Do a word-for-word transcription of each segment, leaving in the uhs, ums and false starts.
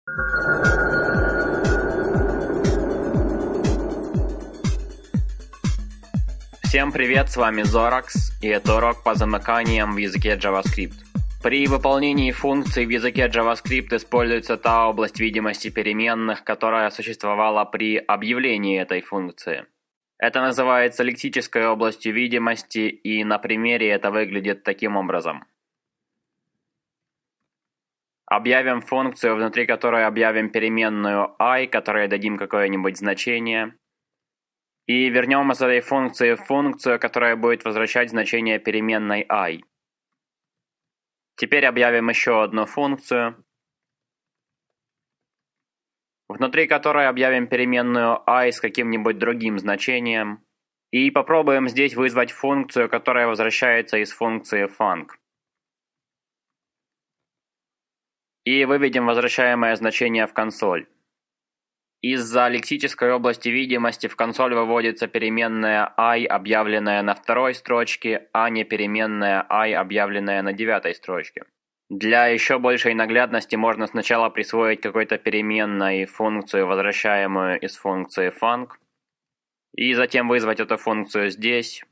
Всем привет, с вами Zorax, и это урок по замыканиям в языке JavaScript. При выполнении функций в языке JavaScript используется та область видимости переменных, которая существовала при объявлении этой функции. Это называется лексической областью видимости, и на примере это выглядит таким образом. Объявим функцию, внутри которой объявим переменную i, которой дадим какое-нибудь значение. И вернем из этой функции функцию, которая будет возвращать значение переменной i. Теперь объявим еще одну функцию, внутри которой объявим переменную i с каким-нибудь другим значением. И попробуем здесь вызвать функцию, которая возвращается из функции func. И выведем возвращаемое значение в консоль. Из-за лексической области видимости в консоль выводится переменная i, объявленная на второй строчке, а не переменная i, объявленная на девятой строчке. Для еще большей наглядности можно сначала присвоить какой-то переменной функцию, возвращаемую из функции func, и затем вызвать эту функцию здесь.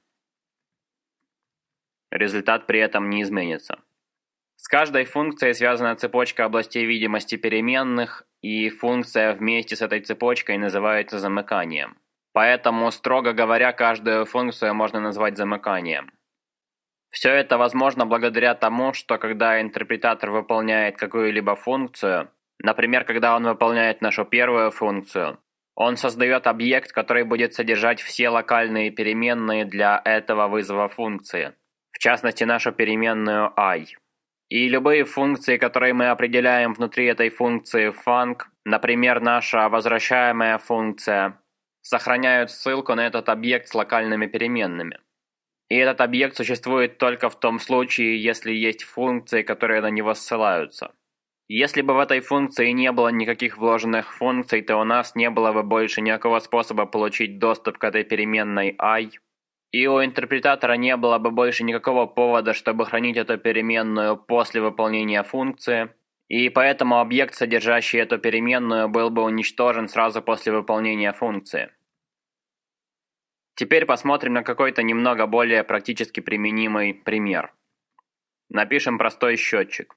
Результат при этом не изменится. С каждой функцией связана цепочка областей видимости переменных, и функция вместе с этой цепочкой называется замыканием. Поэтому, строго говоря, каждую функцию можно назвать замыканием. Все это возможно благодаря тому, что когда интерпретатор выполняет какую-либо функцию, например, когда он выполняет нашу первую функцию, он создает объект, который будет содержать все локальные переменные для этого вызова функции, в частности нашу переменную i. И любые функции, которые мы определяем внутри этой функции func, например, наша возвращаемая функция, сохраняют ссылку на этот объект с локальными переменными. И этот объект существует только в том случае, если есть функции, которые на него ссылаются. Если бы в этой функции не было никаких вложенных функций, то у нас не было бы больше никакого способа получить доступ к этой переменной i. И у интерпретатора не было бы больше никакого повода, чтобы хранить эту переменную после выполнения функции, и поэтому объект, содержащий эту переменную, был бы уничтожен сразу после выполнения функции. Теперь посмотрим на какой-то немного более практически применимый пример. Напишем простой счетчик.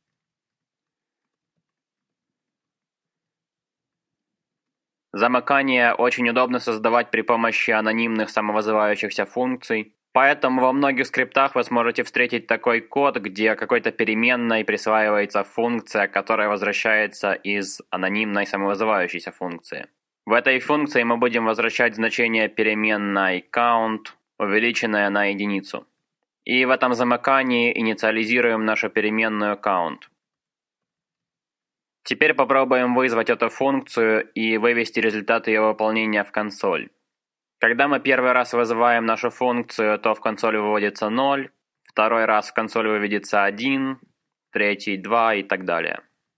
Замыкание очень удобно создавать при помощи анонимных самовызывающихся функций, поэтому во многих скриптах вы сможете встретить такой код, где какой-то переменной присваивается функция, которая возвращается из анонимной самовызывающейся функции. В этой функции мы будем возвращать значение переменной count, увеличенное на единицу. И в этом замыкании инициализируем нашу переменную count. Теперь попробуем вызвать эту функцию и вывести результат ее выполнения в консоль. Когда мы первый раз вызываем нашу функцию, то в консоль выводится ноль, второй раз в консоль выведется один, третий два и так далее.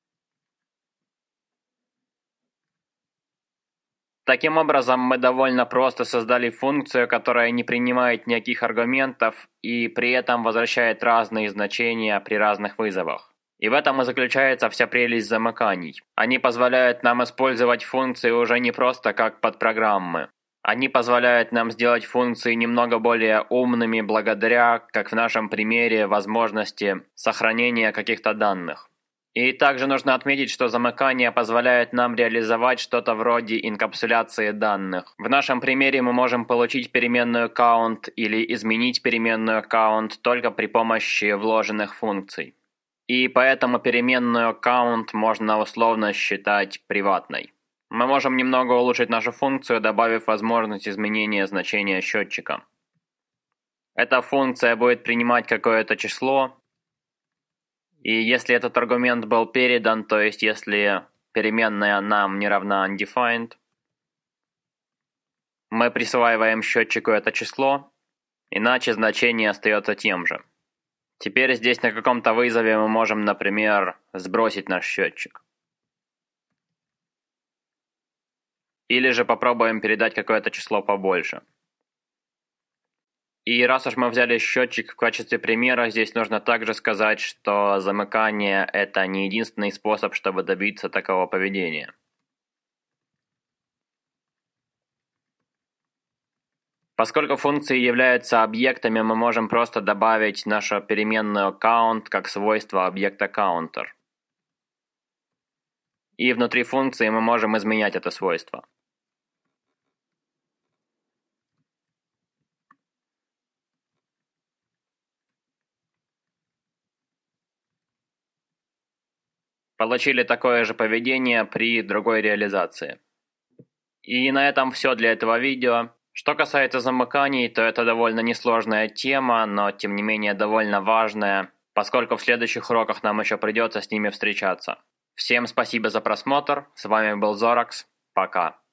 Таким образом, мы довольно просто создали функцию, которая не принимает никаких аргументов и при этом возвращает разные значения при разных вызовах. И в этом и заключается вся прелесть замыканий. Они позволяют нам использовать функции уже не просто как подпрограммы. Они позволяют нам сделать функции немного более умными благодаря, как в нашем примере, возможности сохранения каких-то данных. И также нужно отметить, что замыкание позволяет нам реализовать что-то вроде инкапсуляции данных. В нашем примере мы можем получить переменную count или изменить переменную count только при помощи вложенных функций. И поэтому переменную count можно условно считать приватной. Мы можем немного улучшить нашу функцию, добавив возможность изменения значения счетчика. Эта функция будет принимать какое-то число, и если этот аргумент был передан, то есть если переменная нам не равна undefined, мы присваиваем счетчику это число, иначе значение остается тем же. Теперь здесь на каком-то вызове мы можем, например, сбросить наш счетчик. Или же попробуем передать какое-то число побольше. И раз уж мы взяли счетчик в качестве примера, здесь нужно также сказать, что замыкание – это не единственный способ, чтобы добиться такого поведения. Поскольку функции являются объектами, мы можем просто добавить нашу переменную count как свойство объекта counter. И внутри функции мы можем изменять это свойство. Получили такое же поведение при другой реализации. И на этом все для этого видео. Что касается замыканий, то это довольно несложная тема, но тем не менее довольно важная, поскольку в следующих уроках нам еще придется с ними встречаться. Всем спасибо за просмотр, с вами был Зоракс, пока.